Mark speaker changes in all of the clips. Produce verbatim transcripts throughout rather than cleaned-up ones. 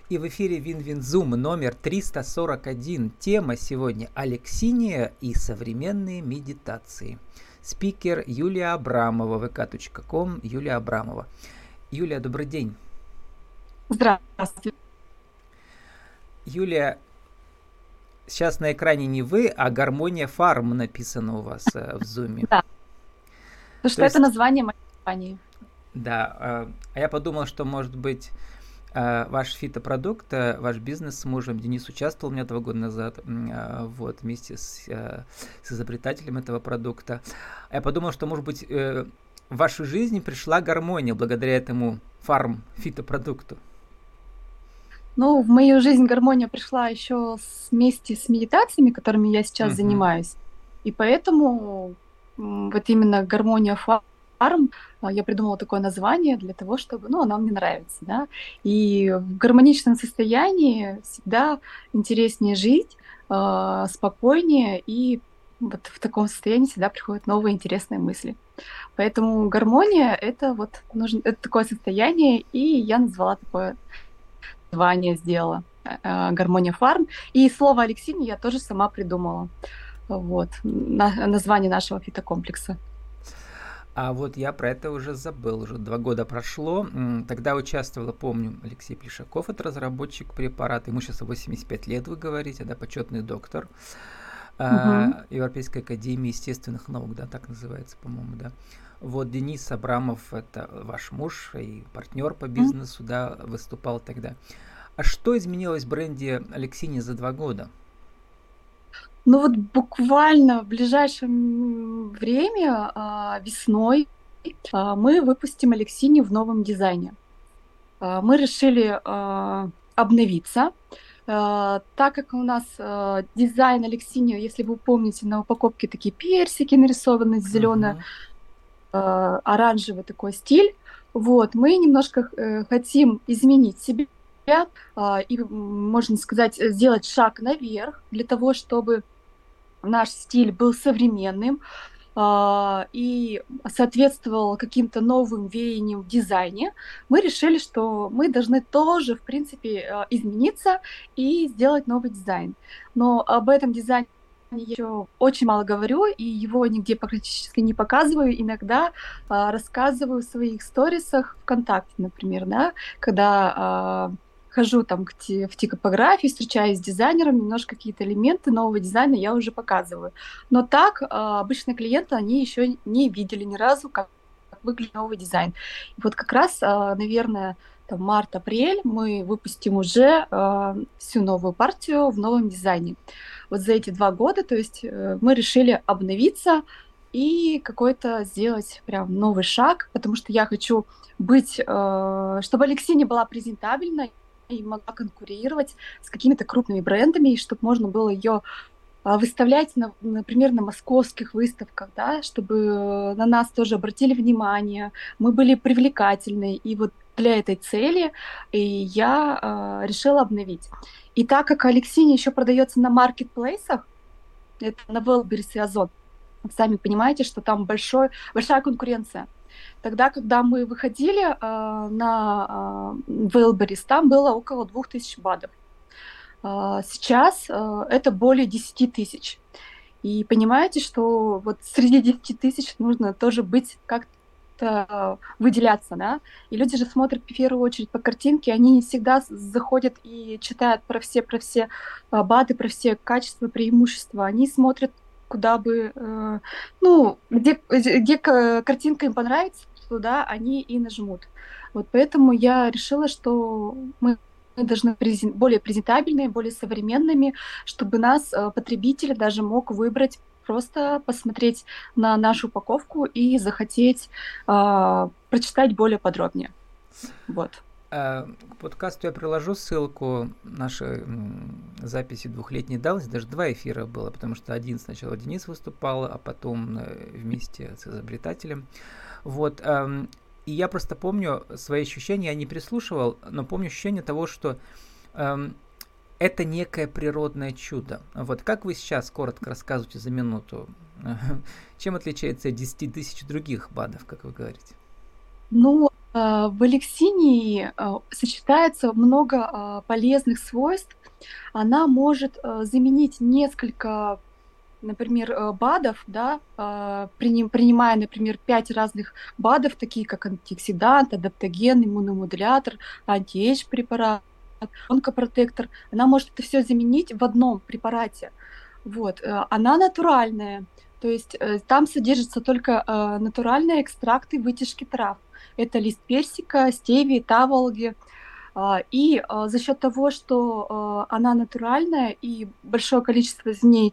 Speaker 1: И в эфире Винвинзум номер триста сорок один. Тема сегодня Алексиния и современные медитации. Спикер Юлия Абрамова, вэ ка точка ком, Юлия Абрамова. Юлия, добрый день.
Speaker 2: Здравствуйте.
Speaker 1: Юлия, сейчас на экране не вы, а Гармония Фарм написано у вас в зуме.
Speaker 2: Да, потому что
Speaker 1: есть...
Speaker 2: это название моей компании.
Speaker 1: Да, а я подумал, что, может быть, ваш фитопродукт, ваш бизнес с мужем, Денис участвовал у меня два года назад, вот, вместе с, с изобретателем этого продукта. Я подумал, что, может быть, в вашу жизнь пришла гармония благодаря этому фарм-фитопродукту.
Speaker 2: Ну, в мою жизнь гармония пришла еще вместе с медитациями, которыми я сейчас
Speaker 1: Uh-huh.
Speaker 2: занимаюсь. И поэтому вот именно гармония фарм, я придумала такое название для того, чтобы, ну, оно мне нравится, да. И в гармоничном состоянии всегда интереснее жить, спокойнее, и вот в таком состоянии всегда приходят новые интересные мысли. Поэтому гармония — это вот нужно, это такое состояние, и я назвала такое название, сделала гармония фарм. И слово Алексиния я тоже сама придумала. Вот на, название нашего фитокомплекса.
Speaker 1: А вот я про это уже забыл, уже два года прошло. Тогда участвовала, помню, Алексей Плешаков, это разработчик препарата. Ему сейчас восемьдесят пять лет, вы говорите, да, почетный доктор uh-huh. Европейской академии естественных наук, да, так называется, по-моему, да. Вот Денис Абрамов, это ваш муж и партнер по бизнесу, uh-huh. да, выступал тогда. А что изменилось в бренде Алексиния за два года?
Speaker 2: Ну вот буквально в ближайшее время, весной, мы выпустим Алексини в новом дизайне. Мы решили обновиться, так как у нас дизайн Алексини, если вы помните, на упаковке такие персики нарисованы, зеленый, uh-huh. оранжевый такой стиль. Вот, мы немножко хотим изменить себя и, можно сказать, сделать шаг наверх для того, чтобы наш стиль был современным э, и соответствовал каким-то новым веяниям в дизайне, мы решили, что мы должны тоже, в принципе, э, измениться и сделать новый дизайн. Но об этом дизайне я еще очень мало говорю, и его нигде практически не показываю. Иногда э, рассказываю в своих сторисах ВКонтакте, например, да, когда... Э, хожу там в типографии, встречаюсь с дизайнером, немножко какие-то элементы нового дизайна я уже показываю. Но так обычно клиенты, они еще не видели ни разу, как выглядит новый дизайн. И вот как раз, наверное, там март-апрель мы выпустим уже всю новую партию в новом дизайне. Вот за эти два года, то есть мы решили обновиться и какой-то сделать прям новый шаг, потому что я хочу быть, чтобы Алексиния была презентабельной, и могла конкурировать с какими-то крупными брендами, и чтобы можно было ее выставлять, на, например, на московских выставках, да, чтобы на нас тоже обратили внимание, мы были привлекательны. И вот для этой цели и я э, решила обновить. И так как Алексиния еще продается на маркетплейсах, это на Wildberries и Озон, сами понимаете, что там большой, большая конкуренция. Тогда, когда мы выходили э, на э, Wildberries, там было около двух тысяч бадов. Э, сейчас э, это более десяти тысяч. И понимаете, что вот среди десяти тысяч нужно тоже быть как-то э, выделяться, да? И люди же смотрят в первую очередь по картинке, они не всегда заходят и читают про все, про все э, бады, про все качества, преимущества. Они смотрят куда бы, э, ну, где, где картинка им понравится, туда они и нажмут. Вот поэтому я решила, что мы должны презен... более презентабельные, более современными, чтобы нас э, потребитель даже мог выбрать, просто посмотреть на нашу упаковку и захотеть э, прочитать более подробнее. Вот.
Speaker 1: К подкасту я приложу ссылку нашей записи двухлетней давности, даже два эфира было, потому что один сначала Денис выступал, а потом вместе с изобретателем. Вот. И я просто помню свои ощущения, я не прислушивал, но помню ощущение того, что это некое природное чудо. Вот как вы сейчас коротко рассказываете за минуту, чем отличается от десяти тысяч других бадов, как вы говорите?
Speaker 2: Ну, А, В эликсинии а, сочетается много а, полезных свойств. Она может а, заменить несколько, например, э, БАДов, да, а, приним- принимая, например, пять разных БАДов, такие как антиоксидант, адаптоген, иммуномодулятор, антиэйдж препарат, онкопротектор. Она может это все заменить в одном препарате. Вот. э, Она натуральная, то есть э, там содержатся только э, натуральные экстракты, вытяжки трав. Это лист персика, стевии, таволги. А, И а, за счет того, что а, она натуральная и большое количество из ней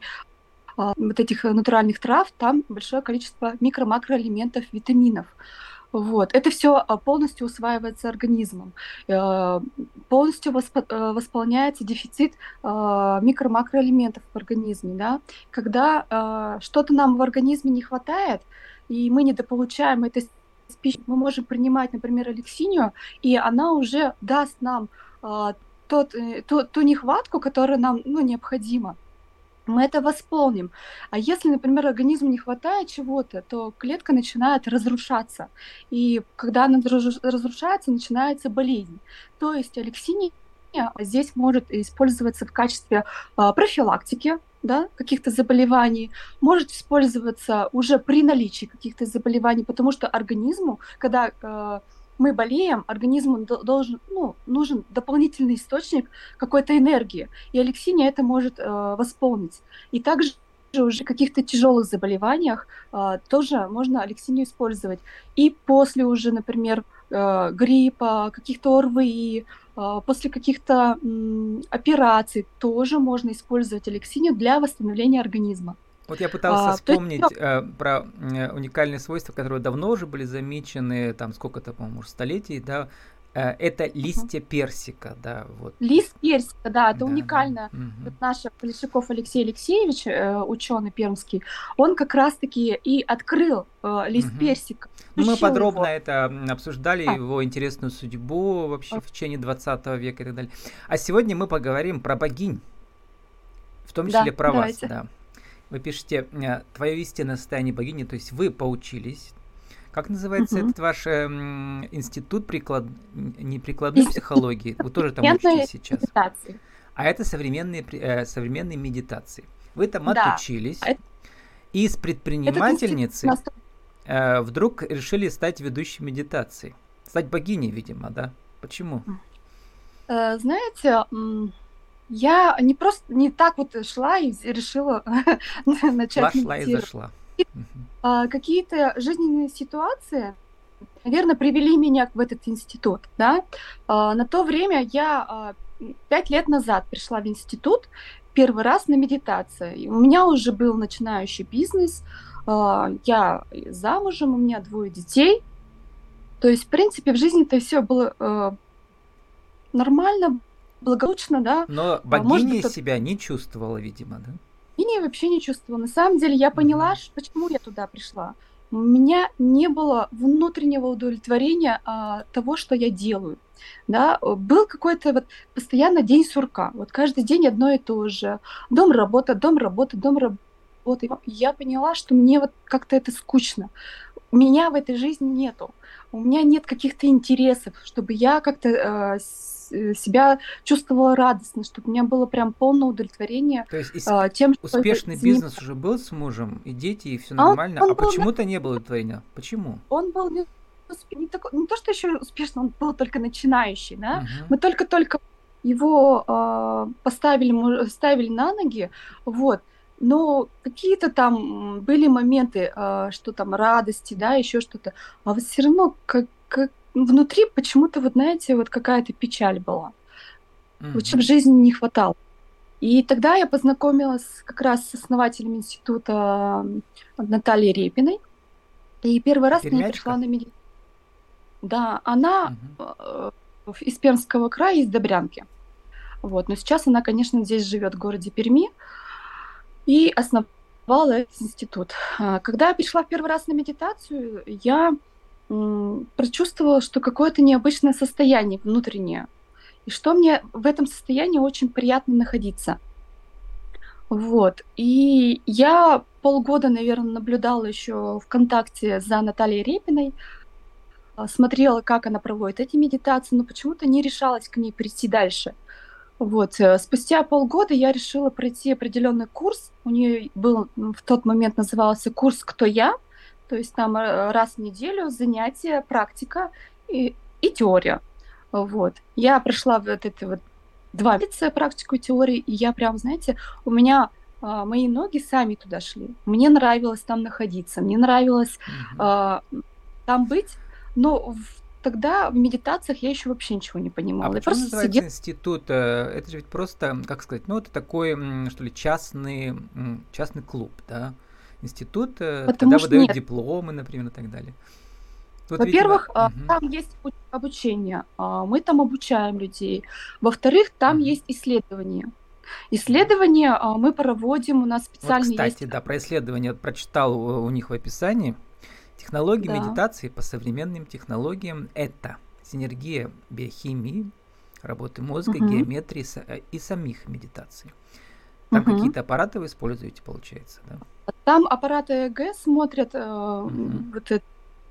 Speaker 2: а, вот этих э, натуральных трав, там большое количество микро-макроэлементов, витаминов. Вот. Это все полностью усваивается организмом. Э, Полностью воспо- э, восполняется дефицит а, микро-макроэлементов в организме. Да? Когда а, что-то нам в организме не хватает, и мы недополучаем это из пищи, мы можем принимать, например, алексинию, и она уже даст нам а, тот, э, ту, ту нехватку, которая нам, ну, необходима. Мы это восполним. А если, например, организму не хватает чего-то, то клетка начинает разрушаться. И когда она разру- разрушается, начинается болезнь. То есть алексиния здесь может использоваться в качестве а, профилактики, да, каких-то заболеваний, может использоваться уже при наличии каких-то заболеваний, потому что организму, когда э, мы болеем, организму до- должен, ну, нужен дополнительный источник какой-то энергии, и алексиния это может э, восполнить. И также уже в каких-то тяжелых заболеваниях э, тоже можно алексинию использовать. И после уже, например, э, гриппа, каких-то ОРВИ, э, после каких-то м, операций тоже можно использовать алексинию для восстановления организма.
Speaker 1: Вот я пытался
Speaker 2: А, то есть всё.
Speaker 1: вспомнить э, про э, уникальные свойства, которые давно уже были замечены, там сколько-то, по-моему, уже столетий, да. Э, это
Speaker 2: Мгм.
Speaker 1: листья персика, да, вот.
Speaker 2: Лист персика, да, это
Speaker 1: Да, да.
Speaker 2: уникально. Вот
Speaker 1: Мгм.
Speaker 2: наш Полищуков Алексей Алексеевич, ученый пермский, он как раз-таки и открыл э, лист
Speaker 1: Мгм.
Speaker 2: персика,
Speaker 1: Ну, мы
Speaker 2: изучил
Speaker 1: подробно
Speaker 2: его.
Speaker 1: это м, обсуждали,
Speaker 2: Да,
Speaker 1: его интересную судьбу
Speaker 2: э,
Speaker 1: вообще в течение двадцатого века и так далее. А сегодня мы поговорим про богинь, в том числе
Speaker 2: да,
Speaker 1: про вас,
Speaker 2: давайте.
Speaker 1: да. Вы пишете, э, твое истинное состояние богини, то есть вы поучились. Как называется
Speaker 2: Мгм.
Speaker 1: этот ваш эм, институт приклад... не прикладной психологии? Вы тоже там учитесь
Speaker 2: Инструментной
Speaker 1: сейчас.
Speaker 2: медитации.
Speaker 1: А это современные, при- э, современные медитации. Вы там
Speaker 2: Да,
Speaker 1: отучились,
Speaker 2: эт-
Speaker 1: и из
Speaker 2: этот институт у
Speaker 1: предпринимательницы
Speaker 2: нас тут-
Speaker 1: э, вдруг решили стать ведущей медитации. Стать богиней, видимо, да? Почему?
Speaker 2: э, знаете, м, я не просто не так вот шла и вз- решила
Speaker 1: Шла,
Speaker 2: начать
Speaker 1: шла и
Speaker 2: медитировать.
Speaker 1: зашла. Мгм.
Speaker 2: А, Какие-то жизненные ситуации, наверное, привели меня в этот институт, да. А, На то время я а, м, пять лет назад пришла в институт первый раз на медитацию. И у меня уже был начинающий бизнес, а, я замужем, у меня двое детей. То есть, в принципе, в жизни-то все было э, нормально, благополучно, да.
Speaker 1: Но
Speaker 2: А, Может быть,
Speaker 1: богиней
Speaker 2: кто-то
Speaker 1: себя не чувствовала, видимо, да?
Speaker 2: и вообще не чувствовала. На самом деле я поняла,
Speaker 1: Мгм.
Speaker 2: ш- почему я туда пришла. У меня не было внутреннего удовлетворения а, того, что я делаю. Да? Э, Был какой-то вот постоянно день сурка. Вот каждый день одно и то же. Дом, работа, дом, работа, дом, работа. И я поняла, что мне вот как-то это скучно. Меня в этой жизни нету. У меня нет каких-то интересов, чтобы я как-то э, с- э, себя чувствовала радостно, чтобы у меня было прям полное удовлетворение
Speaker 1: То есть ис-
Speaker 2: э, тем, что я
Speaker 1: успешный
Speaker 2: занимаюсь.
Speaker 1: бизнес уже был с мужем, и дети, и все
Speaker 2: А он,
Speaker 1: нормально, а
Speaker 2: он был,
Speaker 1: почему-то не было удовлетворения. Почему?
Speaker 2: он был не, усп- не, тако- не то, что еще успешно, он был только начинающий, да.
Speaker 1: Мгм.
Speaker 2: Мы только-только его э, поставили, мы ставили на ноги, вот. Но какие-то там м, были моменты, э, что там радости, да, еще что-то. А вот все равно как, как внутри почему-то, вот знаете, вот какая-то печаль была. Вот чего в
Speaker 1: Мгм.
Speaker 2: жизни не хватало. И тогда я познакомилась как раз с основателем института м, Натальей Репиной. И первый раз к ней пришла
Speaker 1: Пермячка?
Speaker 2: на медитацию. Да, она
Speaker 1: Мгм.
Speaker 2: э, из Пермского края, из Добрянки. Вот. Но сейчас она, конечно, здесь живет в городе Перми и основала этот институт. А, Когда я пришла в первый раз на медитацию, я м, прочувствовала, что какое-то необычное состояние внутреннее. И что мне в этом состоянии очень приятно находиться. Вот. И я полгода, наверное, наблюдала еще ВКонтакте за Натальей Репиной. а, смотрела, как она проводит эти медитации, но почему-то не решалась к ней прийти дальше. Вот. э, Спустя полгода я решила пройти определенный курс. У нее был м, в тот момент назывался курс «Кто я?». То есть там э, раз в неделю занятия, практика и, и теория. Вот. Я прошла вот это вот два месяца практику и теории, и я прям, знаете, у меня а, мои ноги сами туда шли. Мне нравилось там находиться, мне нравилось
Speaker 1: Мгм.
Speaker 2: а, там быть, но в- тогда в медитациях я еще вообще ничего не
Speaker 1: А
Speaker 2: понимала. Я
Speaker 1: почему
Speaker 2: просто сидела.
Speaker 1: называется институт? э, Это же ведь просто, как сказать, ну, это такой, м, что ли, частный, м, частный клуб, да? Институт, э,
Speaker 2: Потому
Speaker 1: тогда
Speaker 2: что
Speaker 1: выдают
Speaker 2: нет.
Speaker 1: дипломы, например, и так далее. Тут, видимо,
Speaker 2: Во-первых, а,
Speaker 1: мгм,
Speaker 2: там есть у- обучение, а, мы там обучаем людей. Во-вторых, там
Speaker 1: мгм,
Speaker 2: есть исследования.
Speaker 1: мгм.
Speaker 2: Исследования а, мы проводим, у нас
Speaker 1: Вот,
Speaker 2: специально
Speaker 1: кстати,
Speaker 2: есть,
Speaker 1: да, про исследование вот прочитал у у них в описании. Технологии
Speaker 2: да.
Speaker 1: медитации по современным технологиям – это синергия биохимии, работы мозга,
Speaker 2: Мгм,
Speaker 1: геометрии са- э, и самих медитаций. Там
Speaker 2: мгм.
Speaker 1: какие-то аппараты вы используете, получается, да?
Speaker 2: Там аппараты ЭЭГ смотрят э,
Speaker 1: Мгм.
Speaker 2: вот это,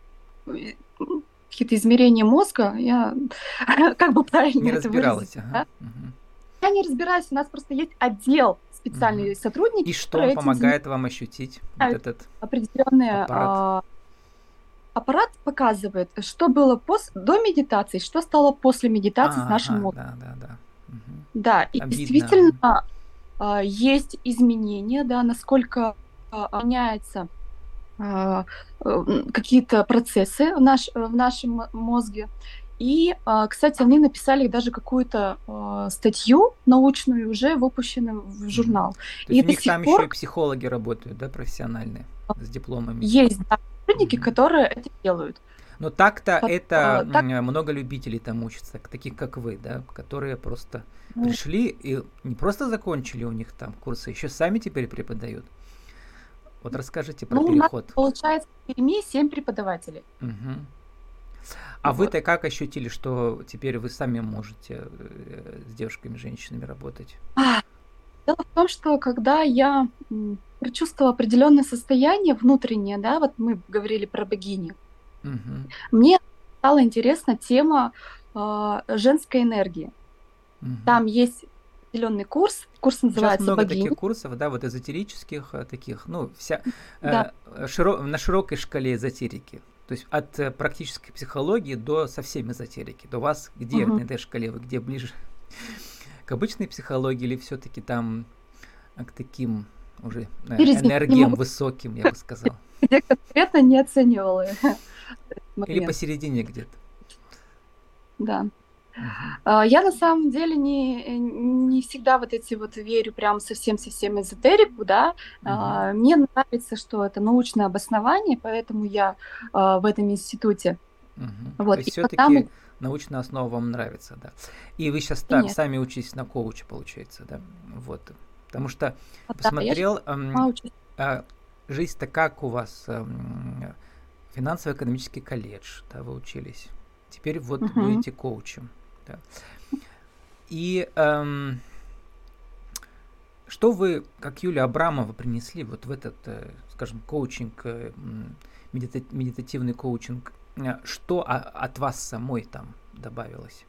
Speaker 2: э, м, какие-то измерения мозга. Я как бы правильно
Speaker 1: Не
Speaker 2: это выразить,
Speaker 1: разбиралась, ага.
Speaker 2: да?
Speaker 1: Мгм.
Speaker 2: Я не разбираюсь, у нас просто есть отдел,
Speaker 1: Мгм.
Speaker 2: специальные сотрудники,
Speaker 1: И что он
Speaker 2: которые этим
Speaker 1: помогает вам ощутить, вот
Speaker 2: занимаются.
Speaker 1: этот
Speaker 2: Определенные
Speaker 1: аппарат?
Speaker 2: а, аппарат показывает, что было пос- до медитации, что стало после медитации с нашим
Speaker 1: Ага,
Speaker 2: мозгом.
Speaker 1: да, да, да. Мгм.
Speaker 2: Да, и
Speaker 1: Там видно.
Speaker 2: действительно
Speaker 1: Ага.
Speaker 2: а, есть изменения, да, насколько а, меняется а, э, м, какие-то процессы в, наш, в нашем м- мозге. И, а, кстати, они написали даже какую-то а, статью научную, уже выпущенную в
Speaker 1: Мгм.
Speaker 2: журнал.
Speaker 1: То есть
Speaker 2: И
Speaker 1: у
Speaker 2: до
Speaker 1: них
Speaker 2: сих
Speaker 1: там еще и
Speaker 2: пор
Speaker 1: психологи работают, да, профессиональные, с дипломами.
Speaker 2: есть, да, сотрудники,
Speaker 1: Мгм.
Speaker 2: которые это делают.
Speaker 1: Но так-то
Speaker 2: Пот-
Speaker 1: это
Speaker 2: а, так,
Speaker 1: м, много любителей там учатся, к- таких как вы, да, которые просто
Speaker 2: ну,
Speaker 1: пришли и не просто закончили у них там курсы, еще сами теперь преподают. Вот расскажите про
Speaker 2: ну, у нас
Speaker 1: переход.
Speaker 2: получается в Перми семь преподавателей.
Speaker 1: Мгм. А
Speaker 2: Вот.
Speaker 1: вы-то как ощутили, что теперь вы сами можете э, с девушками, женщинами работать?
Speaker 2: А, Дело в том, что когда я м, прочувствовала определенное состояние внутреннее, да, вот мы говорили про богини,
Speaker 1: Мгм.
Speaker 2: мне стала интересна тема а, женской энергии.
Speaker 1: Мгм.
Speaker 2: Там есть определенный курс, курс
Speaker 1: Сейчас
Speaker 2: называется
Speaker 1: много
Speaker 2: «Богини».
Speaker 1: таких курсов, да, вот эзотерических э, таких, ну, вся
Speaker 2: Да.
Speaker 1: э, широ- на широкой шкале эзотерики. То есть от э, практической психологии до совсем эзотерики. До вас где
Speaker 2: Мгм.
Speaker 1: на этой шкале, вы где ближе к обычной психологии или все-таки там э, к таким уже э,
Speaker 2: Середине не
Speaker 1: энергиям
Speaker 2: могу,
Speaker 1: высоким, я бы сказал.
Speaker 2: где конкретно не оценивала этот
Speaker 1: Или
Speaker 2: момент.
Speaker 1: посередине где-то.
Speaker 2: Да.
Speaker 1: Мгм.
Speaker 2: А, Я на самом деле не, не всегда вот эти вот верю прям совсем-совсем эзотерику, да.
Speaker 1: Мгм.
Speaker 2: А, Мне нравится, что это научное обоснование, поэтому я а, в этом институте.
Speaker 1: Мгм. То
Speaker 2: Вот.
Speaker 1: есть
Speaker 2: И вот там
Speaker 1: все-таки научная основа вам нравится, да. И вы сейчас
Speaker 2: и нет.
Speaker 1: сами учитесь на коуче, получается, да. Вот. Потому что
Speaker 2: Да, я
Speaker 1: посмотрел, эм,
Speaker 2: сама учусь.
Speaker 1: а, жизнь-то как у вас, эм, финансово-экономический колледж, да, вы учились. Теперь вот
Speaker 2: Мгм.
Speaker 1: будете коучем, да. И эм, что вы, как Юлия Абрамова, принесли вот в этот, э, скажем, коучинг, э, м, медита- медитативный коучинг? Э, Что о- от вас самой там добавилось?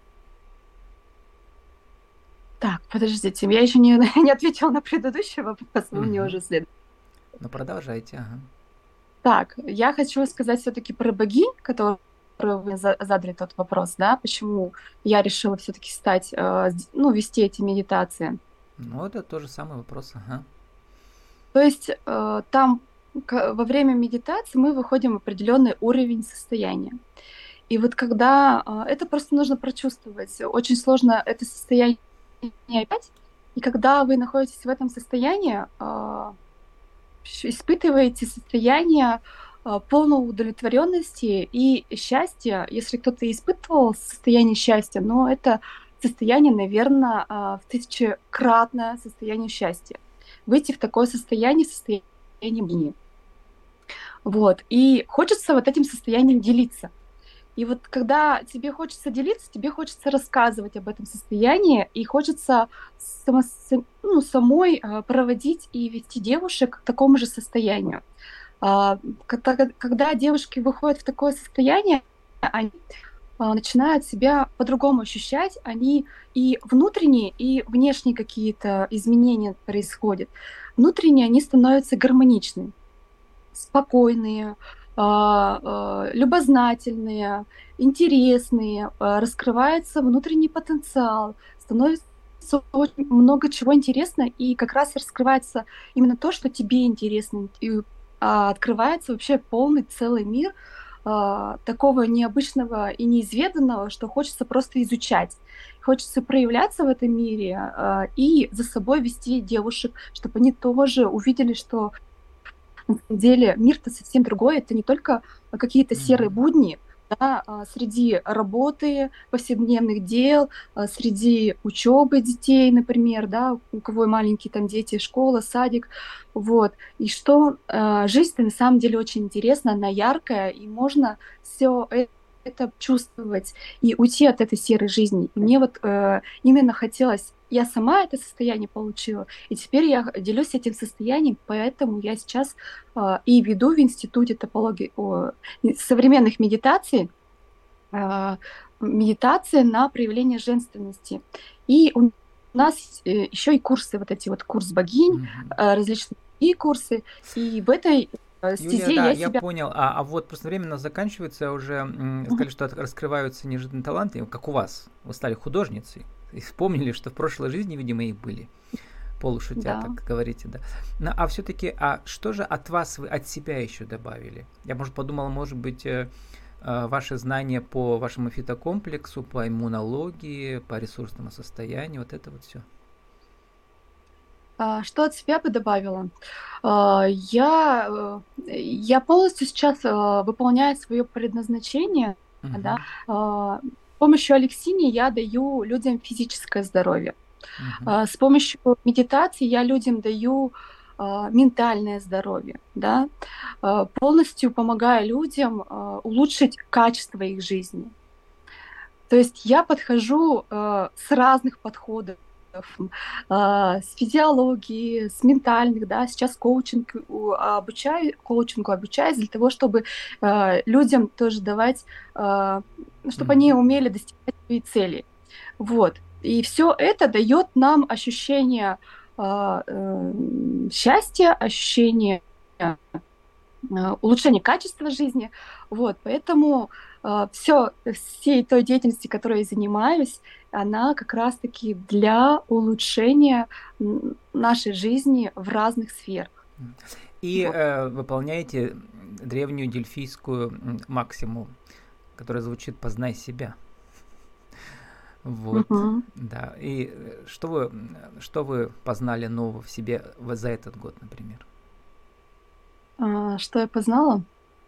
Speaker 2: Так, подождите, я еще не, не ответила на предыдущий вопрос, вы мне
Speaker 1: Мгм.
Speaker 2: уже след.
Speaker 1: Ну, продолжайте, ага.
Speaker 2: Так, я хочу сказать все-таки про богинь, которые вы за- задали тот вопрос, да, почему я решила все-таки стать, э, с- ну, вести эти медитации.
Speaker 1: Ну, это тоже самый вопрос, ага.
Speaker 2: То есть э, там к- во время медитации мы выходим в определенный уровень состояния. И вот когда э, это просто нужно прочувствовать, очень сложно это состояние опять. И когда вы находитесь в этом состоянии, э, щ- испытываете состояние э, полной удовлетворенности и счастья. Если кто-то испытывал состояние счастья, но это состояние, наверное, в тысячекратное состояние счастья. Выйти в такое состояние, состояние богини. Вот. И хочется вот этим состоянием делиться. И вот когда тебе хочется делиться, тебе хочется рассказывать об этом состоянии, и хочется само- сам- ну, самой э, проводить и вести девушек к такому же состоянию. А, когда, когда девушки выходят в такое состояние, они а, начинают себя по-другому ощущать, они и внутренние, и внешние какие-то изменения происходят. Внутренние они становятся гармоничны, спокойные, а, а, любознательные, интересные, а, раскрывается внутренний потенциал, становится очень много чего интересно, и как раз раскрывается именно то, что тебе интересно, и а, открывается вообще полный целый мир а, такого необычного и неизведанного, что хочется просто изучать. Хочется проявляться в этом мире а, и за собой вести девушек, чтобы они тоже увидели, что на самом деле мир-то совсем другой. Это не только какие-то серые
Speaker 1: Мгм.
Speaker 2: будни, да, а, среди работы, повседневных дел, а, среди учебы детей, например, да, у кого маленькие там дети, школа, садик, вот. И что а, жизнь-то на самом деле очень интересна, она яркая, и можно все это чувствовать и уйти от этой серой жизни. И мне вот э, именно хотелось, я сама это состояние получила, и теперь я делюсь этим состоянием, поэтому я сейчас а, и веду в Институте топологии о, и современных медитаций, а, медитация на проявление женственности. И у нас э, еще и курсы, вот эти вот курс богинь,
Speaker 1: Мгм.
Speaker 2: а, различные другие курсы. И в этой э,
Speaker 1: Юлия,
Speaker 2: стезе
Speaker 1: да,
Speaker 2: я
Speaker 1: я
Speaker 2: себя...
Speaker 1: понял. А, а вот просто время у нас заканчивается уже. м,
Speaker 2: Мгм.
Speaker 1: Сказали, что от- раскрываются неожиданные таланты, как у вас. Вы стали художницей. И вспомнили, что в прошлой жизни, видимо, и были. Полушутя
Speaker 2: Да.
Speaker 1: так говорите, да. Ну, а все-таки, а что же от вас вы от себя еще добавили? Я, может, подумал, может быть, э, э, ваши знания по вашему фитокомплексу, по иммунологии, по ресурсному состоянию, вот это вот все.
Speaker 2: А, Что от себя бы добавила? А, Я, э, я полностью сейчас э, выполняю свое предназначение, да.
Speaker 1: Угу,
Speaker 2: А, С помощью Алексини я даю людям физическое здоровье.
Speaker 1: угу,
Speaker 2: А, С помощью медитации я людям даю а, ментальное здоровье, да. А, Полностью помогаю людям а, улучшить качество их жизни. То есть я подхожу э, с разных подходов, м, а, с физиологии, с ментальных, да, сейчас коучинг у- обучаю, коучингу обучаюсь для того, чтобы э, людям тоже давать, э, чтобы они
Speaker 1: угу.
Speaker 2: умели достигать свои цели. Вот. И все это дает нам ощущение а, э, счастья, ощущение э, улучшение качества жизни. Вот, поэтому э, все, всей той деятельности, которой я занимаюсь, она как раз-таки для улучшения м, нашей жизни в разных сферах.
Speaker 1: И
Speaker 2: Вот.
Speaker 1: э, выполняете древнюю дельфийскую м, максимум, которая звучит «познай себя». Вот,
Speaker 2: Мгм.
Speaker 1: да. И э, что вы, что вы познали нового в себе в- за этот год, например?
Speaker 2: А, что я познала?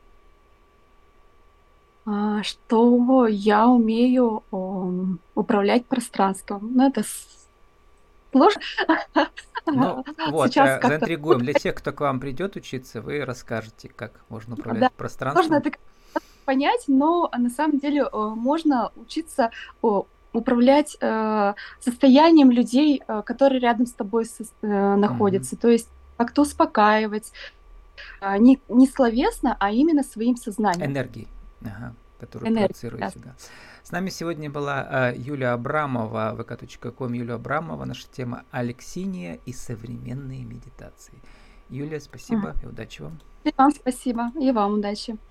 Speaker 2: А, что я умею ом, управлять пространством. Ну, это с- сложно
Speaker 1: Ну, вот,
Speaker 2: сейчас
Speaker 1: э,
Speaker 2: как-то.
Speaker 1: заинтригуем. Для тех, кто к вам придет учиться, вы расскажете, как можно
Speaker 2: Да,
Speaker 1: управлять
Speaker 2: сложно
Speaker 1: пространством.
Speaker 2: это понять, но а, на самом деле э, можно учиться о, управлять э, состоянием людей, э, которые рядом с тобой сос- э,
Speaker 1: Мгм.
Speaker 2: находятся. То есть как-то успокаивать, а, не, не словесно, а именно своим сознанием.
Speaker 1: Энергии, ага, которую
Speaker 2: Энергия. Да.
Speaker 1: проецируете, да. С нами сегодня была э, Юлия Абрамова, вэ ка точка ком, Юлия Абрамова. Наша тема «Алексиния и современные медитации». Юлия,
Speaker 2: Мгм.
Speaker 1: спасибо и удачи вам.
Speaker 2: И вам спасибо, и вам удачи.